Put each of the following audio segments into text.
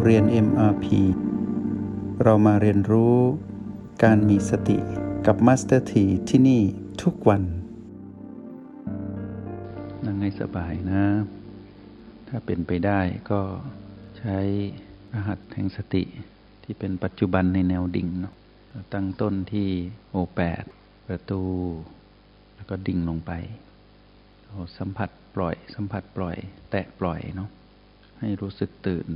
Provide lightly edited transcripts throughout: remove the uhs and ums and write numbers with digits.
เรียน MRP เรามาเรียนรู้การมีสติกับ Master T ที่นี่ทุกวันนั่งให้สบายนะ ถ้าเป็นไปได้ก็ใช้รหัสแห่งสติที่เป็นปัจจุบันในแนวดิ่งเนาะตั้งต้นที่ O8 ประตูแล้วก็ดิ่งลงไปสัมผัสปล่อยสัมผัสปล่อยแตะปล่อยเนาะให้รู้สึกตื่น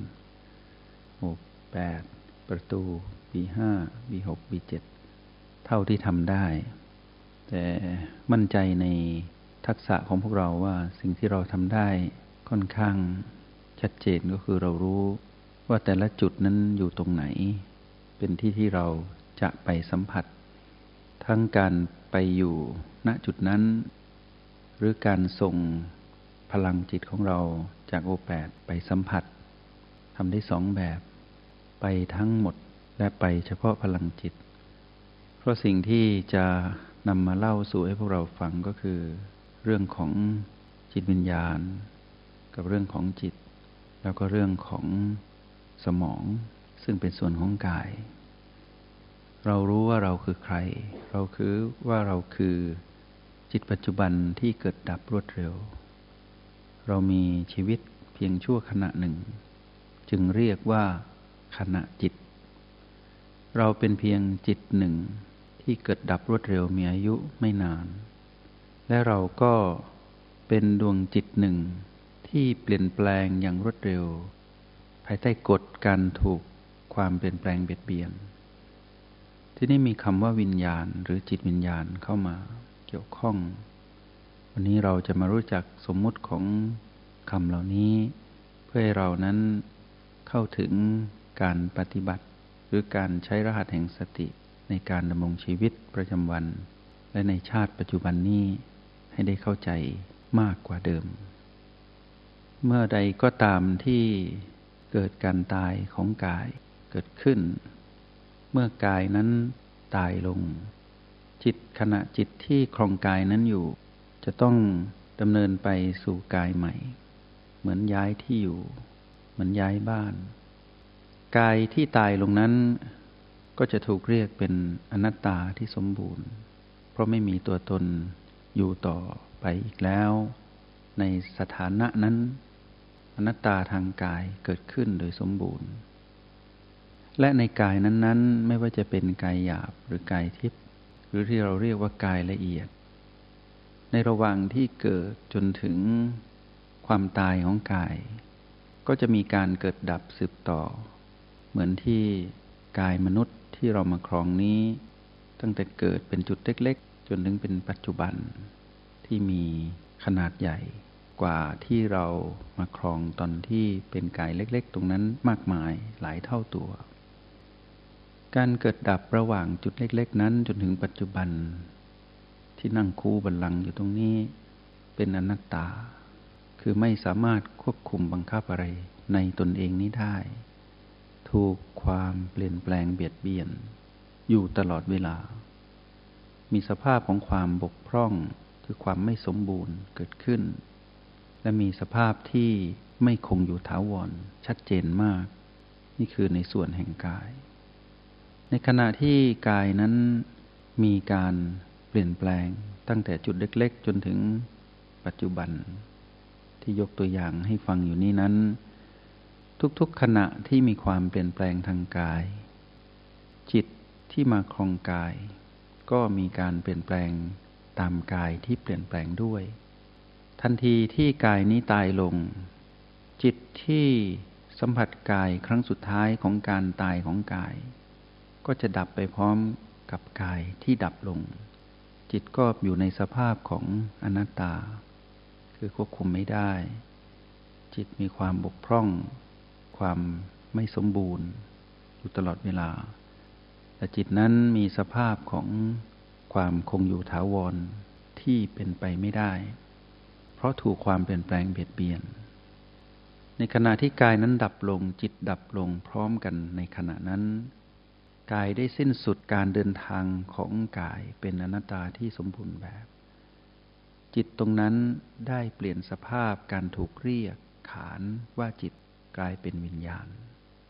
O8 ประตู B5 B6 B7 เท่าที่ทำได้แต่มั่นใจในทักษะของพวกเราว่าสิ่งที่เราทำได้ค่อนข้างชัดเจนก็คือเรารู้ว่าแต่ละจุดนั้นอยู่ตรงไหนเป็นที่ที่เราจะไปสัมผัสทั้งการไปอยู่ณจุดนั้นหรือการส่งพลังจิตของเราจากO8ไปสัมผัสทำได้สองแบบไปทั้งหมดและไปเฉพาะพลังจิตเพราะสิ่งที่จะนำมาเล่าสู่ให้พวกเราฟังก็คือเรื่องของจิตวิญญาณกับเรื่องของจิตแล้วก็เรื่องของสมองซึ่งเป็นส่วนของกายเรารู้ว่าเราคือใครเราคือจิตปัจจุบันที่เกิดดับรวดเร็วเรามีชีวิตเพียงชั่วขณะหนึ่งจึงเรียกว่าขณะจิตเราเป็นเพียงจิตหนึ่งที่เกิดดับรวดเร็วมีอายุไม่นานและเราก็เป็นดวงจิตหนึ่งที่เปลี่ยนแปลงอย่างรวดเร็วภายใต้กฎการถูกความเปลี่ยนแปลงเบียดเบียนที่นี่มีคำว่าวิญญาณหรือจิตวิญญาณเข้ามาเกี่ยวข้องวันนี้เราจะมารู้จักสมมุติของคำเหล่านี้เพื่อให้เรานั้นเข้าถึงการปฏิบัติหรือการใช้รหัสแห่งสติในการดำรงชีวิตประจำวันและในชาติปัจจุบันนี้ให้ได้เข้าใจมากกว่าเดิมเมื่อใดก็ตามที่เกิดการตายของกายเกิดขึ้นเมื่อกายนั้นตายลงจิตขณะจิตที่ครองกายนั้นอยู่จะต้องดำเนินไปสู่กายใหม่เหมือนย้ายที่อยู่เหมือนย้ายบ้านกายที่ตายลงนั้นก็จะถูกเรียกเป็นอนัตตาที่สมบูรณ์เพราะไม่มีตัวตนอยู่ต่อไปอีกแล้วในสถานะนั้นอนัตตาทางกายเกิดขึ้นโดยสมบูรณ์และในกายนั้นๆไม่ว่าจะเป็นกายหยาบหรือกายทิพย์หรือที่เราเรียกว่ากายละเอียดในระหว่างที่เกิดจนถึงความตายของกายก็จะมีการเกิดดับสืบต่อเหมือนที่กายมนุษย์ที่เรามาครองนี้ตั้งแต่เกิดเป็นจุดเล็กๆจนถึงเป็นปัจจุบันที่มีขนาดใหญ่กว่าที่เรามาครองตอนที่เป็นกายเล็กๆตรงนั้นมากมายหลายเท่าตัวการเกิดดับระหว่างจุดเล็กๆนั้นจนถึงปัจจุบันที่นั่งคู่บัลลังก์อยู่ตรงนี้เป็นอนัตตาคือไม่สามารถควบคุมบังคับอะไรในตนเองนี้ได้ถูกความเปลี่ยนแปลงเบียดเบียนอยู่ตลอดเวลามีสภาพของความบกพร่องคือความไม่สมบูรณ์เกิดขึ้นและมีสภาพที่ไม่คงอยู่ถาวรชัดเจนมากนี่คือในส่วนแห่งกายในขณะที่กายนั้นมีการเปลี่ยนแปลงตั้งแต่จุดเล็กๆจนถึงปัจจุบันที่ยกตัวอย่างให้ฟังอยู่นี้นั้นทุกๆขณะที่มีความเปลี่ยนแปลงทางกายจิตที่มาครองกายก็มีการเปลี่ยนแปลงตามกายที่เปลี่ยนแปลงด้วยทันทีที่กายนี้ตายลงจิตที่สัมผัสกายครั้งสุดท้ายของการตายของกายก็จะดับไปพร้อมกับกายที่ดับลงจิตก็อยู่ในสภาพของอนัตตาคือควบคุมไม่ได้จิตมีความบกพร่องความไม่สมบูรณ์อยู่ตลอดเวลาแต่จิตนั้นมีสภาพของความคงอยู่ถาวรที่เป็นไปไม่ได้เพราะถูกความเปลี่ยนแปลงเบียดเบียนในขณะที่กายนั้นดับลงจิตดับลงพร้อมกันในขณะนั้นกายได้สิ้นสุดการเดินทางของกายเป็นอนัตตาที่สมบูรณ์แบบจิตตรงนั้นได้เปลี่ยนสภาพการถูกเรียกขานว่าจิตกลายเป็นวิญญาณ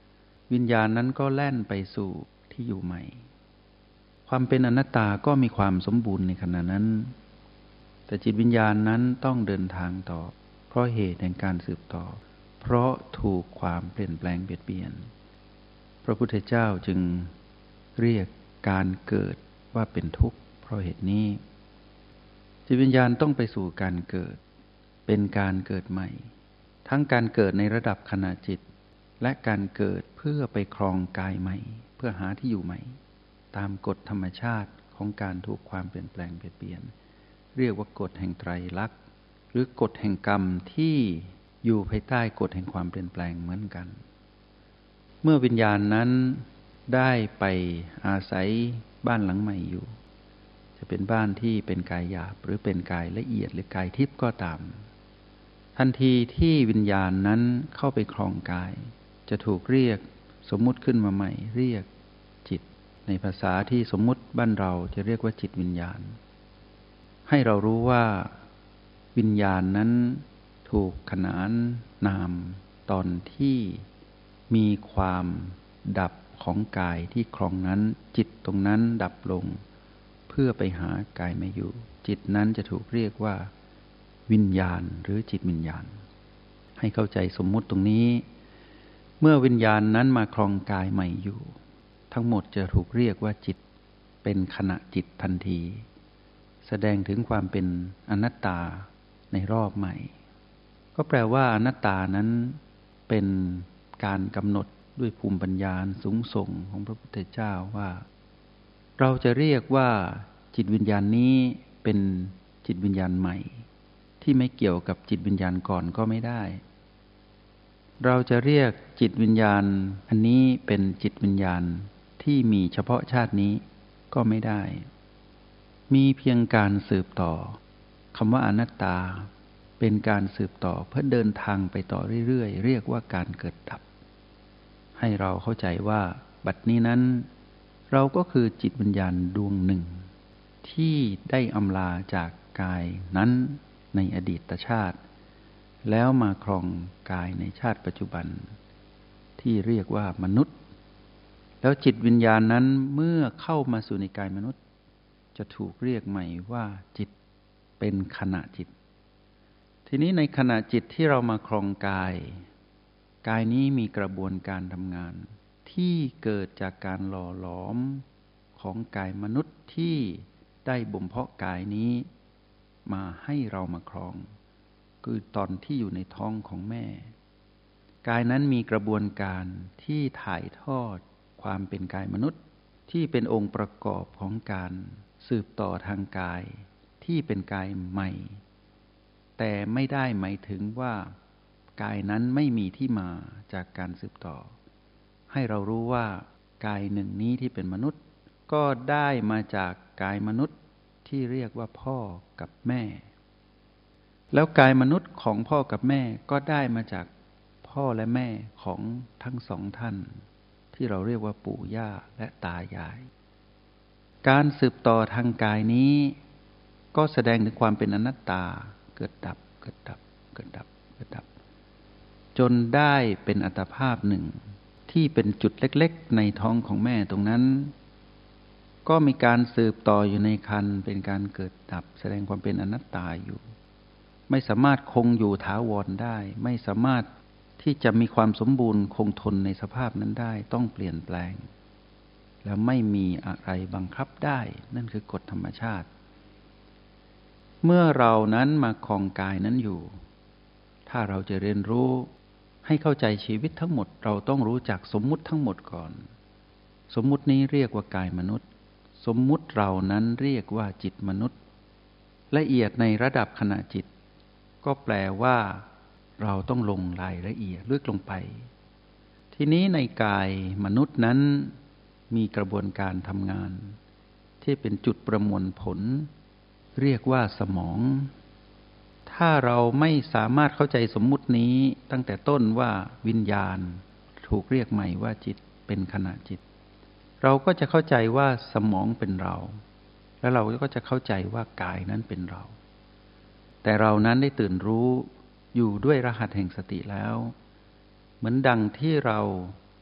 วิญญาณนั้นก็แล่นไปสู่ที่อยู่ใหม่ความเป็นอนัตตาก็มีความสมบูรณ์ในขณะนั้นแต่จิตวิญญาณนั้นต้องเดินทางต่อเพราะเหตุแห่งการสืบต่อเพราะถูกความเปลี่ยนแปลงเบียดเบียนพระพุทธเจ้าจึงเรียกการเกิดว่าเป็นทุกข์เพราะเหตุนี้จิตวิญญาณต้องไปสู่การเกิดเป็นการเกิดใหม่ทั้งการเกิดในระดับขณะจิตและการเกิดเพื่อไปครองกายใหม่เพื่อหาที่อยู่ใหม่ตามกฎธรรมชาติของการถูกความเปลี่ยนแปลงเบียดเบียนเรียกว่ากฎแห่งไตรลักษณ์หรือกฎแห่งกรรมที่อยู่ภายใต้กฎแห่งความเปลี่ยนแปลงเหมือนกันเมื่อวิญญาณนั้นได้ไปอาศัยบ้านหลังใหม่อยู่จะเป็นบ้านที่เป็นกายหยาบหรือเป็นกายละเอียดหรือกายทิพย์ก็ตามทันทีที่วิญญาณนั้นเข้าไปครองกายจะถูกเรียกสมมุติขึ้นมาใหม่เรียกจิตในภาษาที่สมมุติบ้านเราจะเรียกว่าจิตวิญญาณให้เรารู้ว่าวิญญาณนั้นถูกขนานนามตอนที่มีความดับของกายที่ครองนั้นจิตตรงนั้นดับลงเพื่อไปหากายไม่อยู่จิตนั้นจะถูกเรียกว่าวิญญาณหรือจิตวิญญาณให้เข้าใจสมมุติตรงนี้เมื่อวิญญาณนั้นมาครองกายใหม่อยู่ทั้งหมดจะถูกเรียกว่าจิตเป็นขณะจิตทันทีแสดงถึงความเป็นอนัตตาในรอบใหม่ก็แปลว่าอนัตตานั้นเป็นการกำหนดด้วยภูมิปัญญาสูงส่งของพระพุทธเจ้าว่าเราจะเรียกว่าจิตวิญญาณนี้เป็นจิตวิญญาณใหม่ที่ไม่เกี่ยวกับจิตวิญญาณก่อนก็ไม่ได้เราจะเรียกจิตวิญญาณอันนี้เป็นจิตวิญญาณที่มีเฉพาะชาตินี้ก็ไม่ได้มีเพียงการสืบต่อคำว่าอนัตตาเป็นการสืบต่อเพื่อเดินทางไปต่อเรื่อยๆเรียกว่าการเกิดดับให้เราเข้าใจว่าบัดนี้นั้นเราก็คือจิตวิญญาณดวงหนึ่งที่ได้อำลาจากกายนั้นในอดีตชาติแล้วมาครองกายในชาติปัจจุบันที่เรียกว่ามนุษย์แล้วจิตวิญญาณนั้นเมื่อเข้ามาสู่ในกายมนุษย์จะถูกเรียกใหม่ว่าจิตเป็นขณะจิตทีนี้ในขณะจิตที่เรามาครองกายกายนี้มีกระบวนการทำงานที่เกิดจากการหล่อหลอมของกายมนุษย์ที่ได้บ่มเพาะกายนี้มาให้เรามาครองคือตอนที่อยู่ในท้องของแม่กายนั้นมีกระบวนการที่ถ่ายทอดความเป็นกายมนุษย์ที่เป็นองค์ประกอบของการสืบต่อทางกายที่เป็นกายใหม่แต่ไม่ได้หมายถึงว่ากายนั้นไม่มีที่มาจากการสืบต่อให้เรารู้ว่ากายหนึ่งนี้ที่เป็นมนุษย์ก็ได้มาจากกายมนุษย์ที่เรียกว่าพ่อกับแม่แล้วกายมนุษย์ของพ่อกับแม่ก็ได้มาจากพ่อและแม่ของทั้งสองท่านที่เราเรียกว่าปู่ย่าและตายายการสืบต่อทางกายนี้ก็แสดงถึงความเป็นอนัตตาเกิดดับเกิดดับเกิดดับเกิดดับจนได้เป็นอัตภาพหนึ่งที่เป็นจุดเล็กๆในท้องของแม่ตรงนั้นก็มีการสืบต่ออยู่ในครรภ์เป็นการเกิดดับแสดงความเป็นอนัตตาอยู่ไม่สามารถคงอยู่ถาวรได้ไม่สามารถที่จะมีความสมบูรณ์คงทนในสภาพนั้นได้ต้องเปลี่ยนแปลงและไม่มีอะไรบังคับได้นั่นคือกฎธรรมชาติเมื่อเรานั้นมาครองกายนั้นอยู่ถ้าเราจะเรียนรู้ให้เข้าใจชีวิตทั้งหมดเราต้องรู้จักสมมุติทั้งหมดก่อนสมมุตินี้เรียกว่ากายมนุษย์สมมุติเรานั้นเรียกว่าจิตมนุษย์ละเอียดในระดับขณะจิตก็แปลว่าเราต้องลงรายละเอียดลึกลงไปทีนี้ในกายมนุษย์นั้นมีกระบวนการทำงานที่เป็นจุดประมวลผลเรียกว่าสมองถ้าเราไม่สามารถเข้าใจสมมุตินี้ตั้งแต่ต้นว่าวิญญาณถูกเรียกใหม่ว่าจิตเป็นขณะจิตเราก็จะเข้าใจว่าสมองเป็นเราแล้วเราก็จะเข้าใจว่ากายนั้นเป็นเราแต่เรานั้นได้ตื่นรู้อยู่ด้วยรหัสแห่งสติแล้วเหมือนดังที่เรา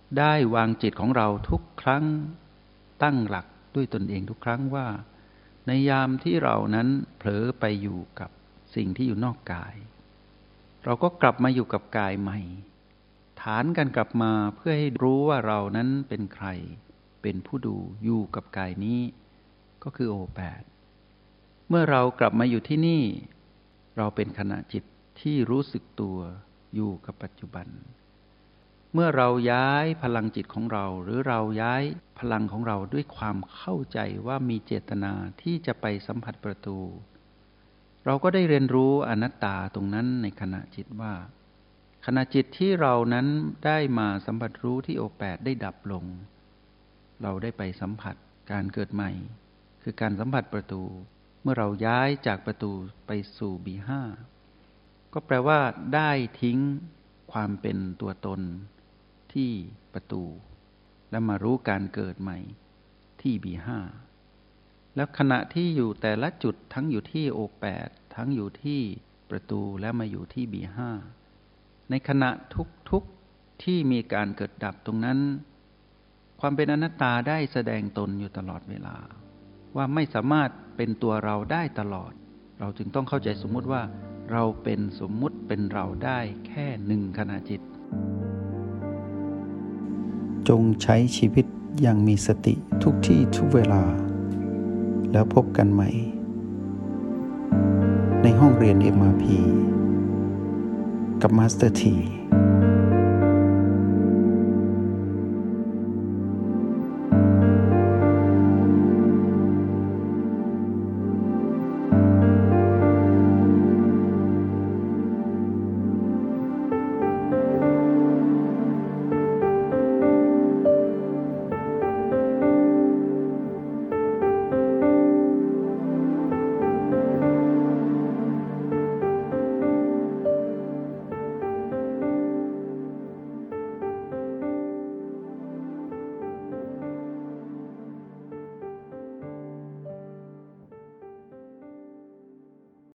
ได้วางจิตของเราทุกครั้งตั้งหลักด้วยตนเองทุกครั้งว่าในยามที่เรานั้นเผลอไปอยู่กับสิ่งที่อยู่นอกกายเราก็กลับมาอยู่กับกายใหม่ฐานกันกลับมาเพื่อให้รู้ว่าเรานั้นเป็นใครเป็นผู้ดูอยู่กับกายนี้ก็คือO8เมื่อเรากลับมาอยู่ที่นี่เราเป็นขณะจิตที่รู้สึกตัวอยู่กับปัจจุบันเมื่อเราย้ายพลังจิตของเราหรือเราย้ายพลังของเราด้วยความเข้าใจว่ามีเจตนาที่จะไปสัมผัสประตูเราก็ได้เรียนรู้อนัตตาตรงนั้นในขณะจิตว่าขณะจิตที่เรานั้นได้มาสัมผัสรู้ที่O8ได้ดับลงเราได้ไปสัมผัสการเกิดใหม่คือการสัมผัสประตูเมื่อเราย้ายจากประตูไปสู่ B5 ก็แปลว่าได้ทิ้งความเป็นตัวตนที่ประตูและมารู้การเกิดใหม่ที่ B5 แล้วขณะที่อยู่แต่ละจุดทั้งอยู่ที่O8ทั้งอยู่ที่ประตูและมาอยู่ที่ B5 ในขณะทุกที่มีการเกิดดับตรงนั้นความเป็นอนัตตาได้แสดงตนอยู่ตลอดเวลาว่าไม่สามารถเป็นตัวเราได้ตลอดเราจึงต้องเข้าใจสมมุติว่าเราเป็นสมมุติเป็นเราได้แค่หนึ่งขณะจิตจงใช้ชีวิตอย่างมีสติทุกที่ทุกเวลาแล้วพบกันใหม่ในห้องเรียน MRP กับมาสเตอร์ที